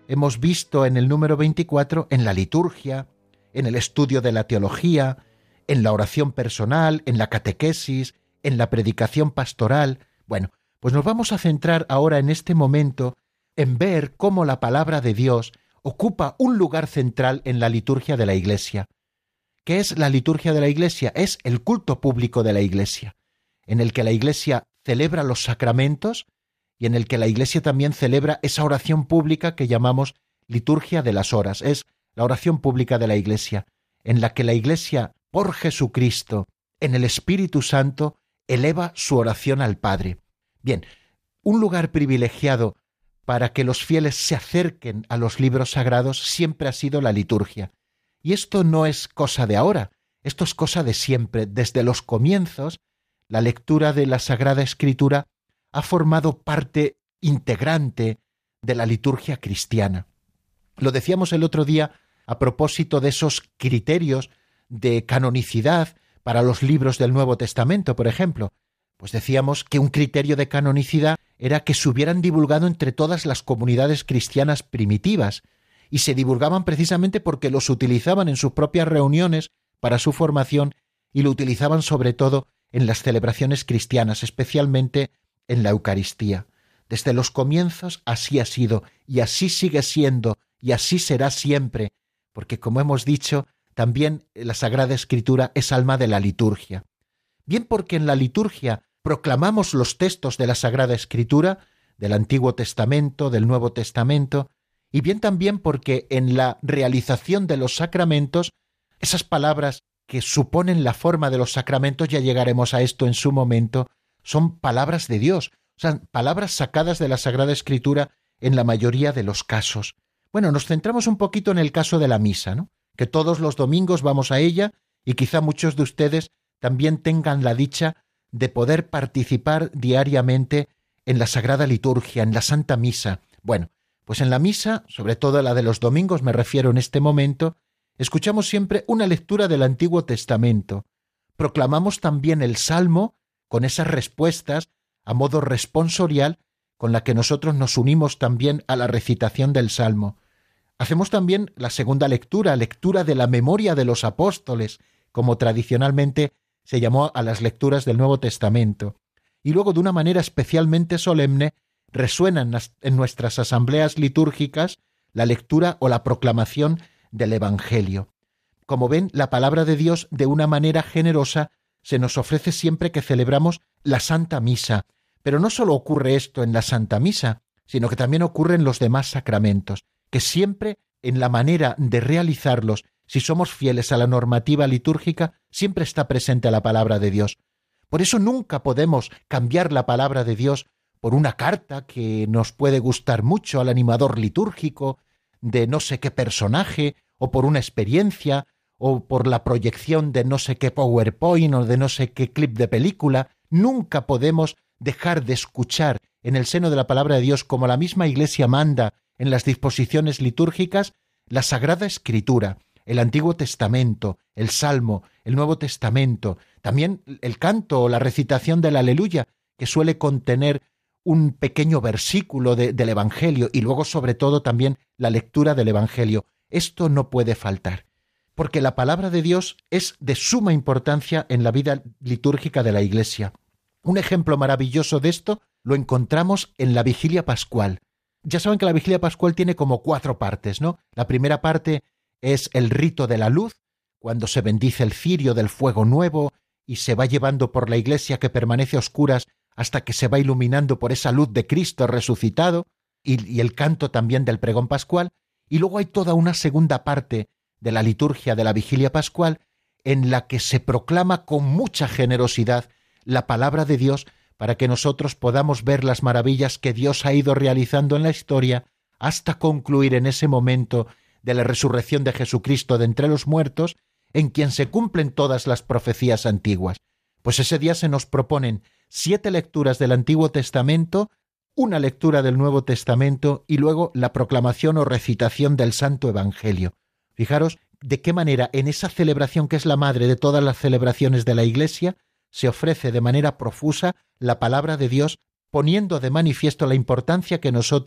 Speaker 2: hemos visto en el número veinticuatro, en la liturgia, en el estudio de la teología, en la oración personal, en la catequesis, en la predicación pastoral. Bueno, pues nos vamos a centrar ahora en este momento en ver cómo la palabra de Dios ocupa un lugar central en la liturgia de la Iglesia. ¿Qué es la liturgia de la Iglesia? Es el culto público de la Iglesia, en el que la Iglesia celebra los sacramentos y en el que la Iglesia también celebra esa oración pública que llamamos liturgia de las horas. Es la oración pública de la Iglesia, en la que la Iglesia, por Jesucristo, en el Espíritu Santo, eleva su oración al Padre. Bien, un lugar privilegiado para que los fieles se acerquen a los libros sagrados siempre ha sido la liturgia. Y esto no es cosa de ahora, esto es cosa de siempre. Desde los comienzos, la lectura de la Sagrada Escritura ha formado parte integrante de la liturgia cristiana. Lo decíamos el otro día a propósito de esos criterios de canonicidad para los libros del Nuevo Testamento, por ejemplo. Pues decíamos que un criterio de canonicidad era que se hubieran divulgado entre todas las comunidades cristianas primitivas, y se divulgaban precisamente porque los utilizaban en sus propias reuniones para su formación y lo utilizaban sobre todo en las celebraciones cristianas, especialmente en la Eucaristía. Desde los comienzos así ha sido, y así sigue siendo, y así será siempre, porque como hemos dicho, también la Sagrada Escritura es alma de la liturgia. Bien porque en la liturgia proclamamos los textos de la Sagrada Escritura, del Antiguo Testamento, del Nuevo Testamento, y bien también porque en la realización de los sacramentos, esas palabras que suponen la forma de los sacramentos, ya llegaremos a esto en su momento, son palabras de Dios, o sea, palabras sacadas de la Sagrada Escritura en la mayoría de los casos. Bueno, nos centramos un poquito en el caso de la misa, ¿no? Que todos los domingos vamos a ella y quizá muchos de ustedes también tengan la dicha de poder participar diariamente en la Sagrada Liturgia, en la Santa Misa. Bueno, pues en la misa, sobre todo la de los domingos me refiero en este momento, escuchamos siempre una lectura del Antiguo Testamento. Proclamamos también el Salmo con esas respuestas a modo responsorial con la que nosotros nos unimos también a la recitación del Salmo. Hacemos también la segunda lectura, lectura de la memoria de los apóstoles, como tradicionalmente se llamó a las lecturas del Nuevo Testamento. Y luego, de una manera especialmente solemne, resuenan en nuestras asambleas litúrgicas la lectura o la proclamación del Evangelio. Como ven, la palabra de Dios, de una manera generosa, se nos ofrece siempre que celebramos la Santa Misa. Pero no solo ocurre esto en la Santa Misa, sino que también ocurre en los demás sacramentos, que siempre en la manera de realizarlos, si somos fieles a la normativa litúrgica, siempre está presente la palabra de Dios. Por eso nunca podemos cambiar la palabra de Dios por una carta que nos puede gustar mucho al animador litúrgico, de no sé qué personaje, o por una experiencia, o por la proyección de no sé qué PowerPoint o de no sé qué clip de película. Nunca podemos dejar de escuchar en el seno de la palabra de Dios, como la misma Iglesia manda en las disposiciones litúrgicas, la Sagrada Escritura, el Antiguo Testamento, el Salmo, el Nuevo Testamento, también el canto o la recitación del Aleluya, que suele contener un pequeño versículo de, del Evangelio, y luego sobre todo también la lectura del Evangelio. Esto no puede faltar, porque la palabra de Dios es de suma importancia en la vida litúrgica de la Iglesia. Un ejemplo maravilloso de esto lo encontramos en la Vigilia Pascual. Ya saben que la Vigilia Pascual tiene como cuatro partes, ¿no? La primera parte es el rito de la luz, cuando se bendice el cirio del fuego nuevo y se va llevando por la Iglesia que permanece a oscuras hasta que se va iluminando por esa luz de Cristo resucitado, y, y el canto también del pregón pascual. Y luego hay toda una segunda parte de la liturgia de la Vigilia Pascual en la que se proclama con mucha generosidad la palabra de Dios para que nosotros podamos ver las maravillas que Dios ha ido realizando en la historia hasta concluir en ese momento de la resurrección de Jesucristo de entre los muertos, en quien se cumplen todas las profecías antiguas. Pues ese día se nos proponen siete lecturas del Antiguo Testamento, una lectura del Nuevo Testamento y luego la proclamación o recitación del Santo Evangelio. Fijaros de qué manera en esa celebración que es la madre de todas las celebraciones de la Iglesia se ofrece de manera profusa la palabra de Dios, poniendo de manifiesto la importancia que nosotros,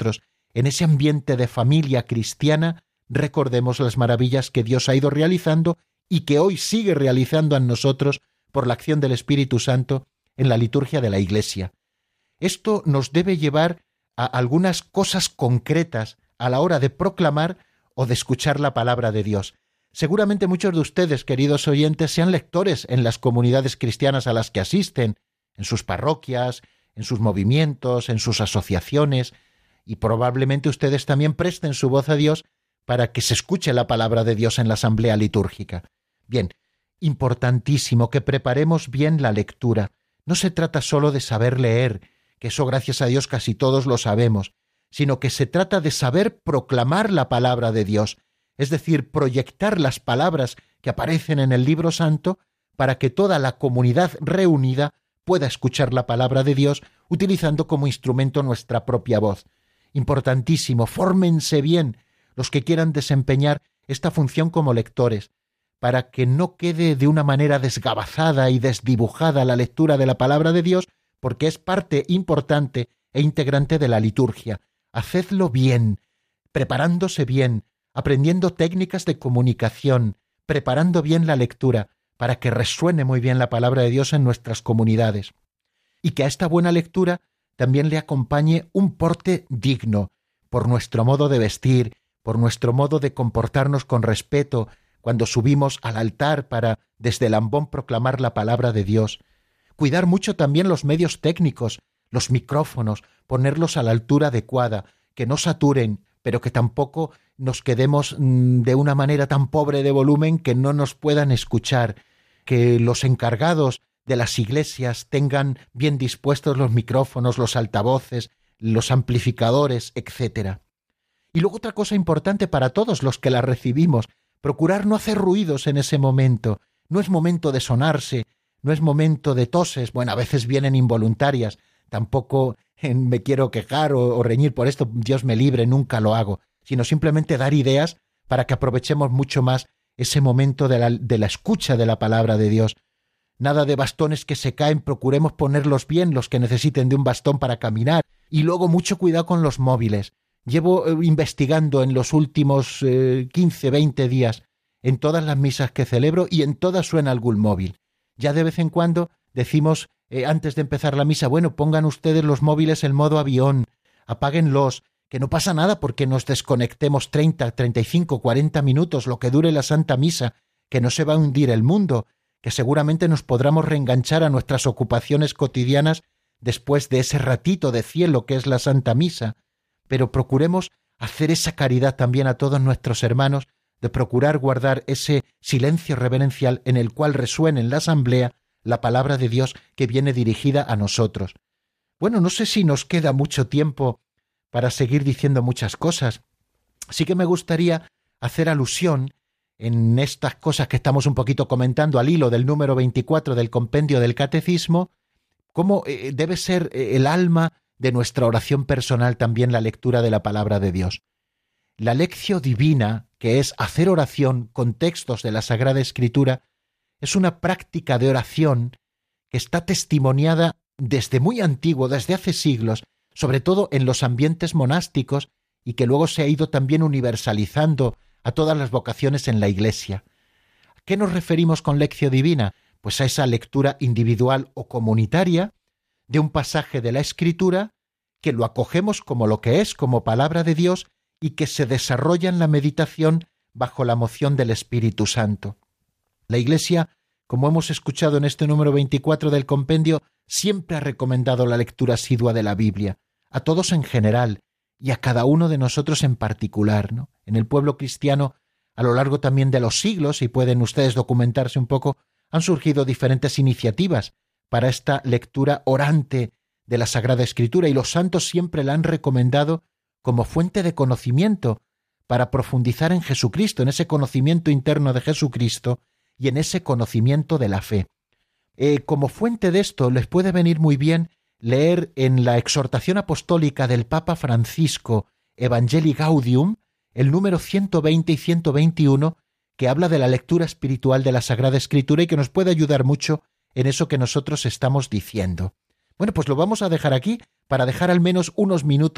Speaker 2: en ese ambiente de familia cristiana, recordemos las maravillas que Dios ha ido realizando y que hoy sigue realizando en nosotros por la acción del Espíritu Santo en la liturgia de la Iglesia. Esto nos debe llevar a algunas cosas concretas a la hora de proclamar o de escuchar la palabra de Dios. Seguramente muchos de ustedes, queridos oyentes, sean lectores en las comunidades cristianas a las que asisten, en sus parroquias, en sus movimientos, en sus asociaciones, y probablemente ustedes también presten su voz a Dios para que se escuche la palabra de Dios en la asamblea litúrgica. Bien, importantísimo que preparemos bien la lectura. No se trata solo de saber leer, que eso gracias a Dios casi todos lo sabemos, sino que se trata de saber proclamar la palabra de Dios, es decir, proyectar las palabras que aparecen en el libro santo para que toda la comunidad reunida pueda escuchar la palabra de Dios utilizando como instrumento nuestra propia voz. Importantísimo, fórmense bien los que quieran desempeñar esta función como lectores, para que no quede de una manera desgabazada y desdibujada la lectura de la palabra de Dios, porque es parte importante e integrante de la liturgia. Hacedlo bien, preparándose bien, aprendiendo técnicas de comunicación, preparando bien la lectura, para que resuene muy bien la palabra de Dios en nuestras comunidades. Y que a esta buena lectura también le acompañe un porte digno, por nuestro modo de vestir, por nuestro modo de comportarnos con respeto cuando subimos al altar para desde el ambón proclamar la palabra de Dios. Cuidar mucho también los medios técnicos, los micrófonos, ponerlos a la altura adecuada, que no saturen, pero que tampoco nos quedemos mmm, de una manera tan pobre de volumen que no nos puedan escuchar, que los encargados de las iglesias tengan bien dispuestos los micrófonos, los altavoces, los amplificadores, etcétera. Y luego otra cosa importante para todos los que la recibimos, procurar no hacer ruidos en ese momento. No es momento de sonarse, no es momento de toses, bueno, a veces vienen involuntarias, tampoco eh, me quiero quejar o, o reñir por esto, Dios me libre, nunca lo hago, sino simplemente dar ideas para que aprovechemos mucho más ese momento de la, de la escucha de la palabra de Dios. Nada de bastones que se caen, procuremos ponerlos bien los que necesiten de un bastón para caminar, y luego mucho cuidado con los móviles. Llevo eh, investigando en los últimos eh, quince, veinte días en todas las misas que celebro y en todas suena algún móvil. Ya de vez en cuando decimos, eh, antes de empezar la misa, bueno, pongan ustedes los móviles en modo avión, apáguenlos, que no pasa nada porque nos desconectemos treinta, treinta y cinco, cuarenta minutos, lo que dure la Santa Misa, que no se va a hundir el mundo, que seguramente nos podremos reenganchar a nuestras ocupaciones cotidianas después de ese ratito de cielo que es la Santa Misa, pero procuremos hacer esa caridad también a todos nuestros hermanos, de procurar guardar ese silencio reverencial en el cual resuene en la asamblea la palabra de Dios que viene dirigida a nosotros. Bueno, no sé si nos queda mucho tiempo para seguir diciendo muchas cosas. Sí que me gustaría hacer alusión en estas cosas que estamos un poquito comentando al hilo del número veinticuatro del compendio del Catecismo, cómo eh, debe ser eh, el alma de nuestra oración personal también la lectura de la palabra de Dios. La lectio divina, que es hacer oración con textos de la Sagrada Escritura, es una práctica de oración que está testimoniada desde muy antiguo, desde hace siglos, sobre todo en los ambientes monásticos, y que luego se ha ido también universalizando a todas las vocaciones en la Iglesia. ¿A qué nos referimos con lectio divina? Pues a esa lectura individual o comunitaria de un pasaje de la Escritura que lo acogemos como lo que es, como palabra de Dios, y que se desarrolla en la meditación bajo la moción del Espíritu Santo. La Iglesia, como hemos escuchado en este número veinticuatro del compendio, siempre ha recomendado la lectura asidua de la Biblia, a todos en general y a cada uno de nosotros en particular, ¿no? En el pueblo cristiano, a lo largo también de los siglos, y pueden ustedes documentarse un poco, han surgido diferentes iniciativas para esta lectura orante de la Sagrada Escritura, y los santos siempre la han recomendado como fuente de conocimiento para profundizar en Jesucristo, en ese conocimiento interno de Jesucristo y en ese conocimiento de la fe. Eh, como fuente de esto les puede venir muy bien leer en la exhortación apostólica del Papa Francisco, Evangelii Gaudium, el número ciento veinte y ciento veintiuno, que habla de la lectura espiritual de la Sagrada Escritura y que nos puede ayudar mucho en eso que nosotros estamos diciendo. Bueno, pues lo vamos a dejar aquí para dejar al menos unos minutos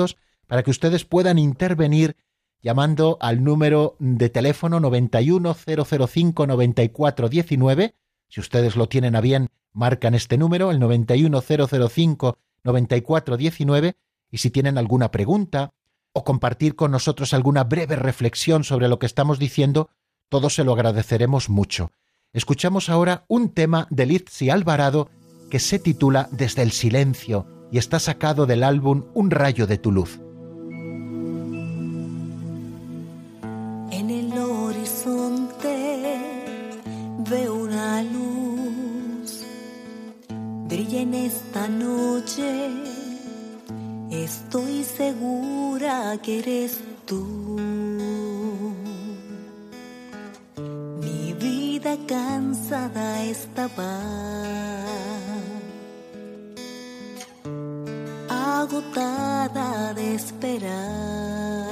Speaker 2: para que ustedes puedan intervenir llamando al número de teléfono noventa y uno, cero cero cinco, noventa y cuatro diecinueve. Si ustedes lo tienen a bien, marcan este número, el noventa y uno, cero cero cinco, noventa y cuatro diecinueve, y si tienen alguna pregunta o compartir con nosotros alguna breve reflexión sobre lo que estamos diciendo, todos se lo agradeceremos mucho. Escuchamos ahora un tema de Lizzy Alvarado que se titula Desde el silencio y está sacado del álbum Un rayo de tu luz.
Speaker 6: En el horizonte veo una luz, brilla en esta noche, estoy segura que eres tú. Mi vida cansada estaba, agotada de esperar.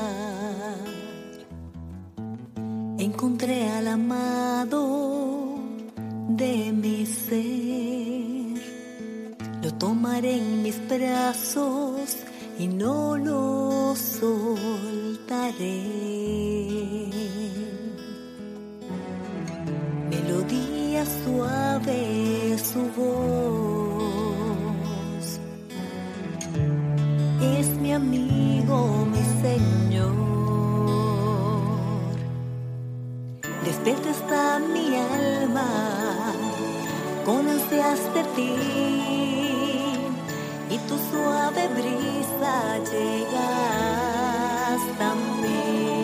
Speaker 6: Encontré al amado de mi ser, lo tomaré en mis brazos y no lo soltaré. Melodía suave su voz, es mi amigo, mi Señor. Despierta está mi alma con ansias de ti, y tu suave brisa llega hasta mí.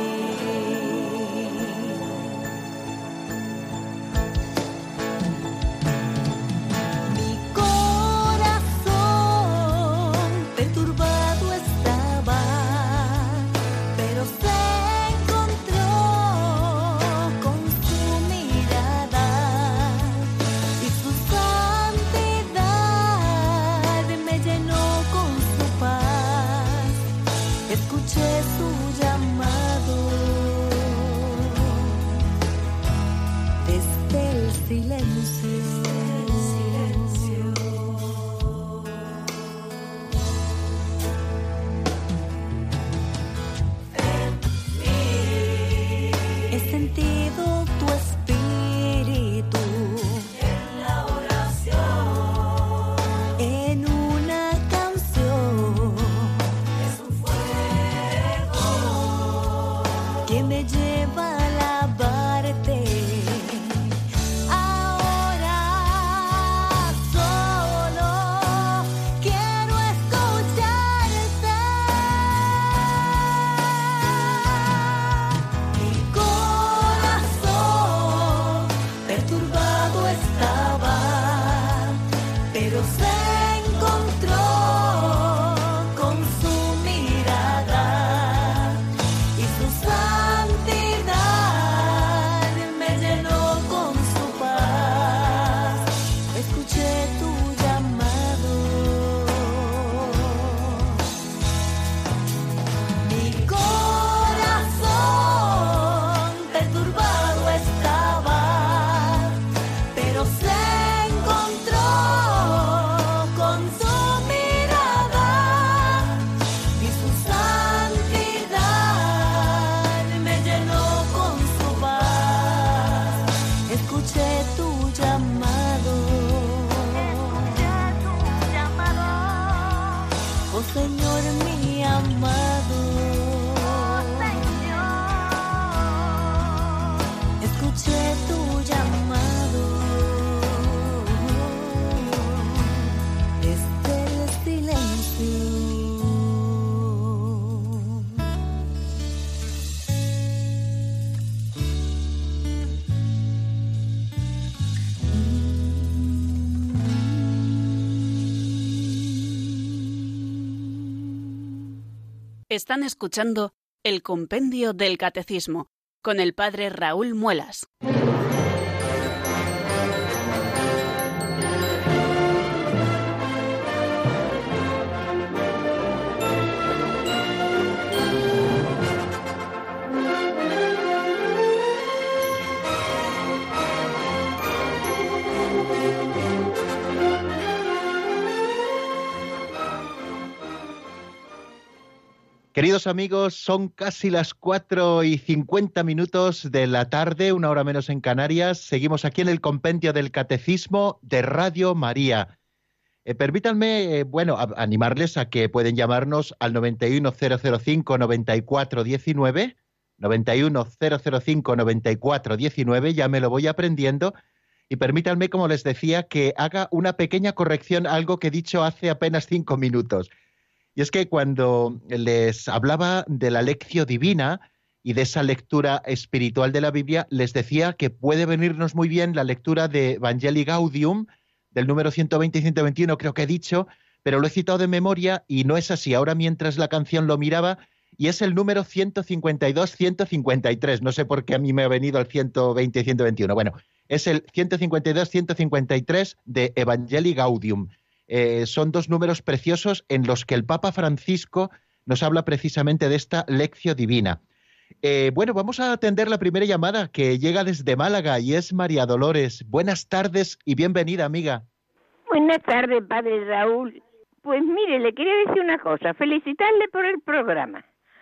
Speaker 6: Mi corazón perturbado estaba, pero se encontró con su mirada y su santidad me llenó con su paz. Escuché su llamado desde el silencio. He sentido tu espíritu en la oración, en una canción. Es un fuego que me lleva a alabarte. Ahora solo quiero escucharte. Mi corazón perturbado estaba, pero se encontró con su mirada y su santidad me llenó con su paz. Escuché tu llamado. Mi corazón perturbado estaba, pero se encontró con su mirada y su santidad me llenó con su paz. Escuché tu llamado. Oh Señor, mi amado. Escuché tu llamado desde el silencio.
Speaker 1: Están escuchando el Compendio del Catecismo con el padre Raúl Muelas.
Speaker 2: Queridos amigos, son casi las cuatro y cincuenta minutos de la tarde, una hora menos en Canarias. Seguimos aquí en el Compendio del Catecismo de Radio María. Eh, permítanme, eh, bueno, a, animarles a que pueden llamarnos al noventa y uno cero cero cinco noventa y cuatro diecinueve, noventa y uno cero cero cinco noventa y cuatro diecinueve, ya me lo voy aprendiendo. Y permítanme, como les decía, que haga una pequeña corrección a algo que he dicho hace apenas cinco minutos. Y es que cuando les hablaba de la lección divina y de esa lectura espiritual de la Biblia, les decía que puede venirnos muy bien la lectura de Evangelii Gaudium, del número ciento veinte y ciento veintiuno, creo que he dicho, pero lo he citado de memoria y no es así. Ahora, mientras la canción lo miraba, y es el número ciento cincuenta y dos ciento cincuenta y tres. No sé por qué a mí me ha venido el ciento veinte y ciento veintiuno. Bueno, es el ciento cincuenta y dos ciento cincuenta y tres de Evangelii Gaudium. Eh, son dos números preciosos en los que el Papa Francisco nos habla precisamente de esta lección divina. Eh, bueno, vamos a atender la primera llamada que llega desde Málaga y es María Dolores. Buenas tardes y bienvenida, amiga.
Speaker 7: Buenas tardes, padre Raúl. Pues mire, le quería decir una cosa, felicitarle por el programa.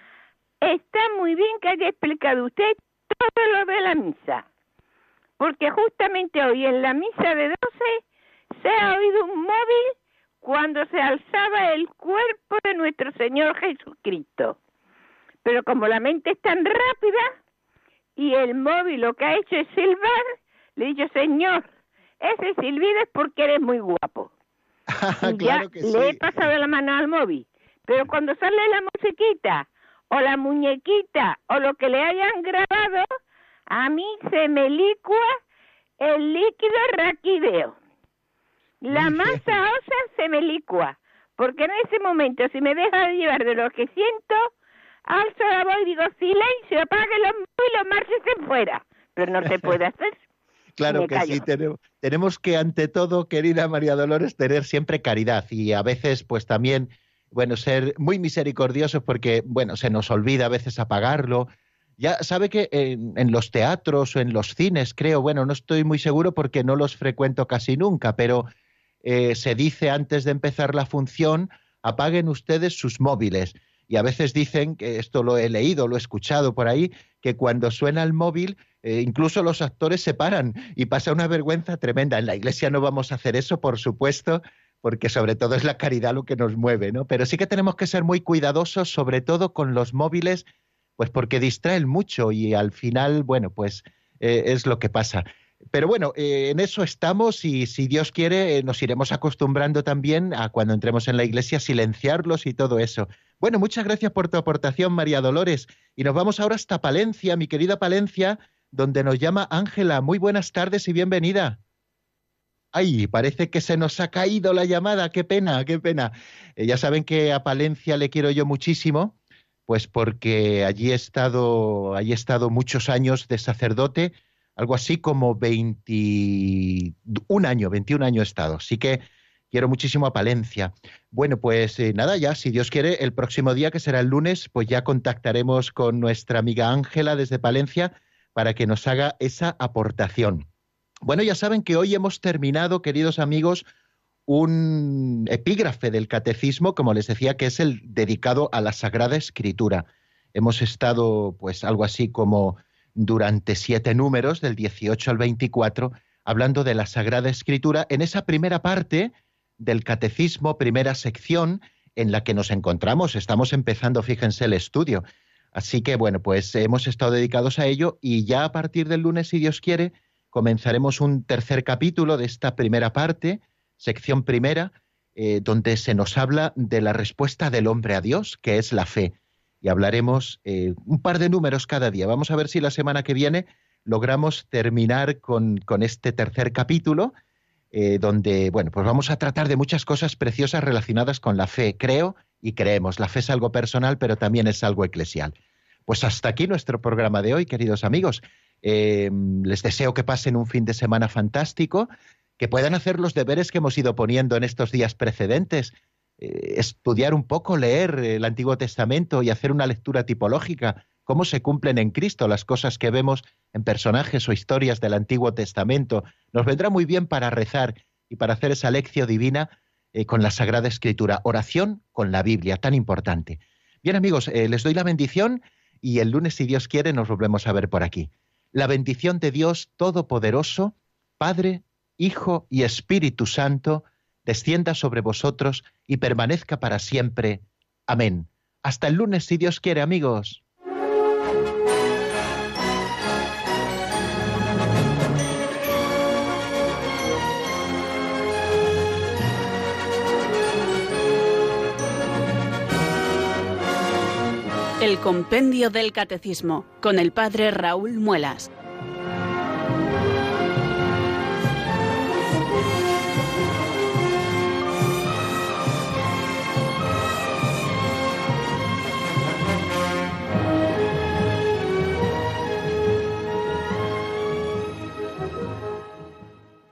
Speaker 7: Está muy bien que haya explicado usted todo lo de la misa, porque justamente hoy en la misa de doce se ha oído un móvil cuando se alzaba el cuerpo de nuestro Señor Jesucristo. Pero como la mente es tan rápida y el móvil lo que ha hecho es silbar, le he dicho, Señor, ese silbido es porque eres muy guapo. Y
Speaker 2: claro
Speaker 7: ya
Speaker 2: que
Speaker 7: le
Speaker 2: sí.
Speaker 7: he pasado la mano al móvil. Pero cuando sale la musiquita o la muñequita o lo que le hayan grabado, a mí se me licua el líquido raquídeo. La masa ósea se me licua, porque en ese momento, si me deja de llevar de lo que siento, alzo la voz y digo, silencio, apague los móviles, márchese fuera. Pero no se puede hacer.
Speaker 2: Claro
Speaker 7: Me
Speaker 2: que
Speaker 7: callo.
Speaker 2: sí, tenemos, tenemos que, ante todo, querida María Dolores, tener siempre caridad y a veces, pues también, bueno, ser muy misericordiosos porque, bueno, se nos olvida a veces apagarlo. Ya sabe que en, en los teatros o en los cines, creo, bueno, no estoy muy seguro porque no los frecuento casi nunca, pero eh, se dice antes de empezar la función, apaguen ustedes sus móviles. Y a veces dicen, que esto lo he leído, lo he escuchado por ahí, que cuando suena el móvil, eh, incluso los actores se paran y pasa una vergüenza tremenda. En la iglesia no vamos a hacer eso, por supuesto, porque sobre todo es la caridad lo que nos mueve, ¿no? Pero sí que tenemos que ser muy cuidadosos, sobre todo con los móviles, pues porque distraen mucho y al final, bueno, pues eh, es lo que pasa. Pero bueno, eh, en eso estamos y si Dios quiere eh, nos iremos acostumbrando también a cuando entremos en la iglesia silenciarlos y todo eso. Bueno, muchas gracias por tu aportación, María Dolores. Y nos vamos ahora hasta Palencia, mi querida Palencia, donde nos llama Ángela. Muy buenas tardes y bienvenida. Ay, parece que se nos ha caído la llamada. Qué pena, qué pena. Eh, ya saben que a Palencia le quiero yo muchísimo, pues porque allí he estado, allí he estado muchos años de sacerdote, algo así como veintiún años, veintiún años he estado. Así que quiero muchísimo a Palencia. Bueno, pues eh, nada, ya, si Dios quiere, el próximo día, que será el lunes, pues ya contactaremos con nuestra amiga Ángela desde Palencia para que nos haga esa aportación. Bueno, ya saben que hoy hemos terminado, queridos amigos, un epígrafe del Catecismo, como les decía, que es el dedicado a la Sagrada Escritura. Hemos estado, pues, algo así como durante siete números, del dieciocho al veinticuatro, hablando de la Sagrada Escritura en esa primera parte del Catecismo, primera sección en la que nos encontramos. Estamos empezando, fíjense, el estudio. Así que, bueno, pues hemos estado dedicados a ello y ya a partir del lunes, si Dios quiere, comenzaremos un tercer capítulo de esta primera parte, sección primera, eh, donde se nos habla de la respuesta del hombre a Dios, que es la fe. Y hablaremos eh, un par de números cada día. Vamos a ver si la semana que viene logramos terminar con, con este tercer capítulo, eh, donde, bueno, pues vamos a tratar de muchas cosas preciosas relacionadas con la fe. Creo y creemos. La fe es algo personal, pero también es algo eclesial. Pues hasta aquí nuestro programa de hoy, queridos amigos. Eh, les deseo que pasen un fin de semana fantástico, que puedan hacer los deberes que hemos ido poniendo en estos días precedentes, eh, estudiar un poco, leer el Antiguo Testamento y hacer una lectura tipológica, cómo se cumplen en Cristo las cosas que vemos en personajes o historias del Antiguo Testamento. Nos vendrá muy bien para rezar y para hacer esa lección divina eh, con la Sagrada Escritura. Oración con la Biblia, tan importante. Bien, amigos, eh, les doy la bendición y el lunes, si Dios quiere, nos volvemos a ver por aquí. La bendición de Dios Todopoderoso, Padre, Hijo y Espíritu Santo, descienda sobre vosotros y permanezca para siempre. Amén. Hasta el lunes, si Dios quiere, amigos.
Speaker 1: El Compendio del Catecismo, con el Padre Raúl Muelas.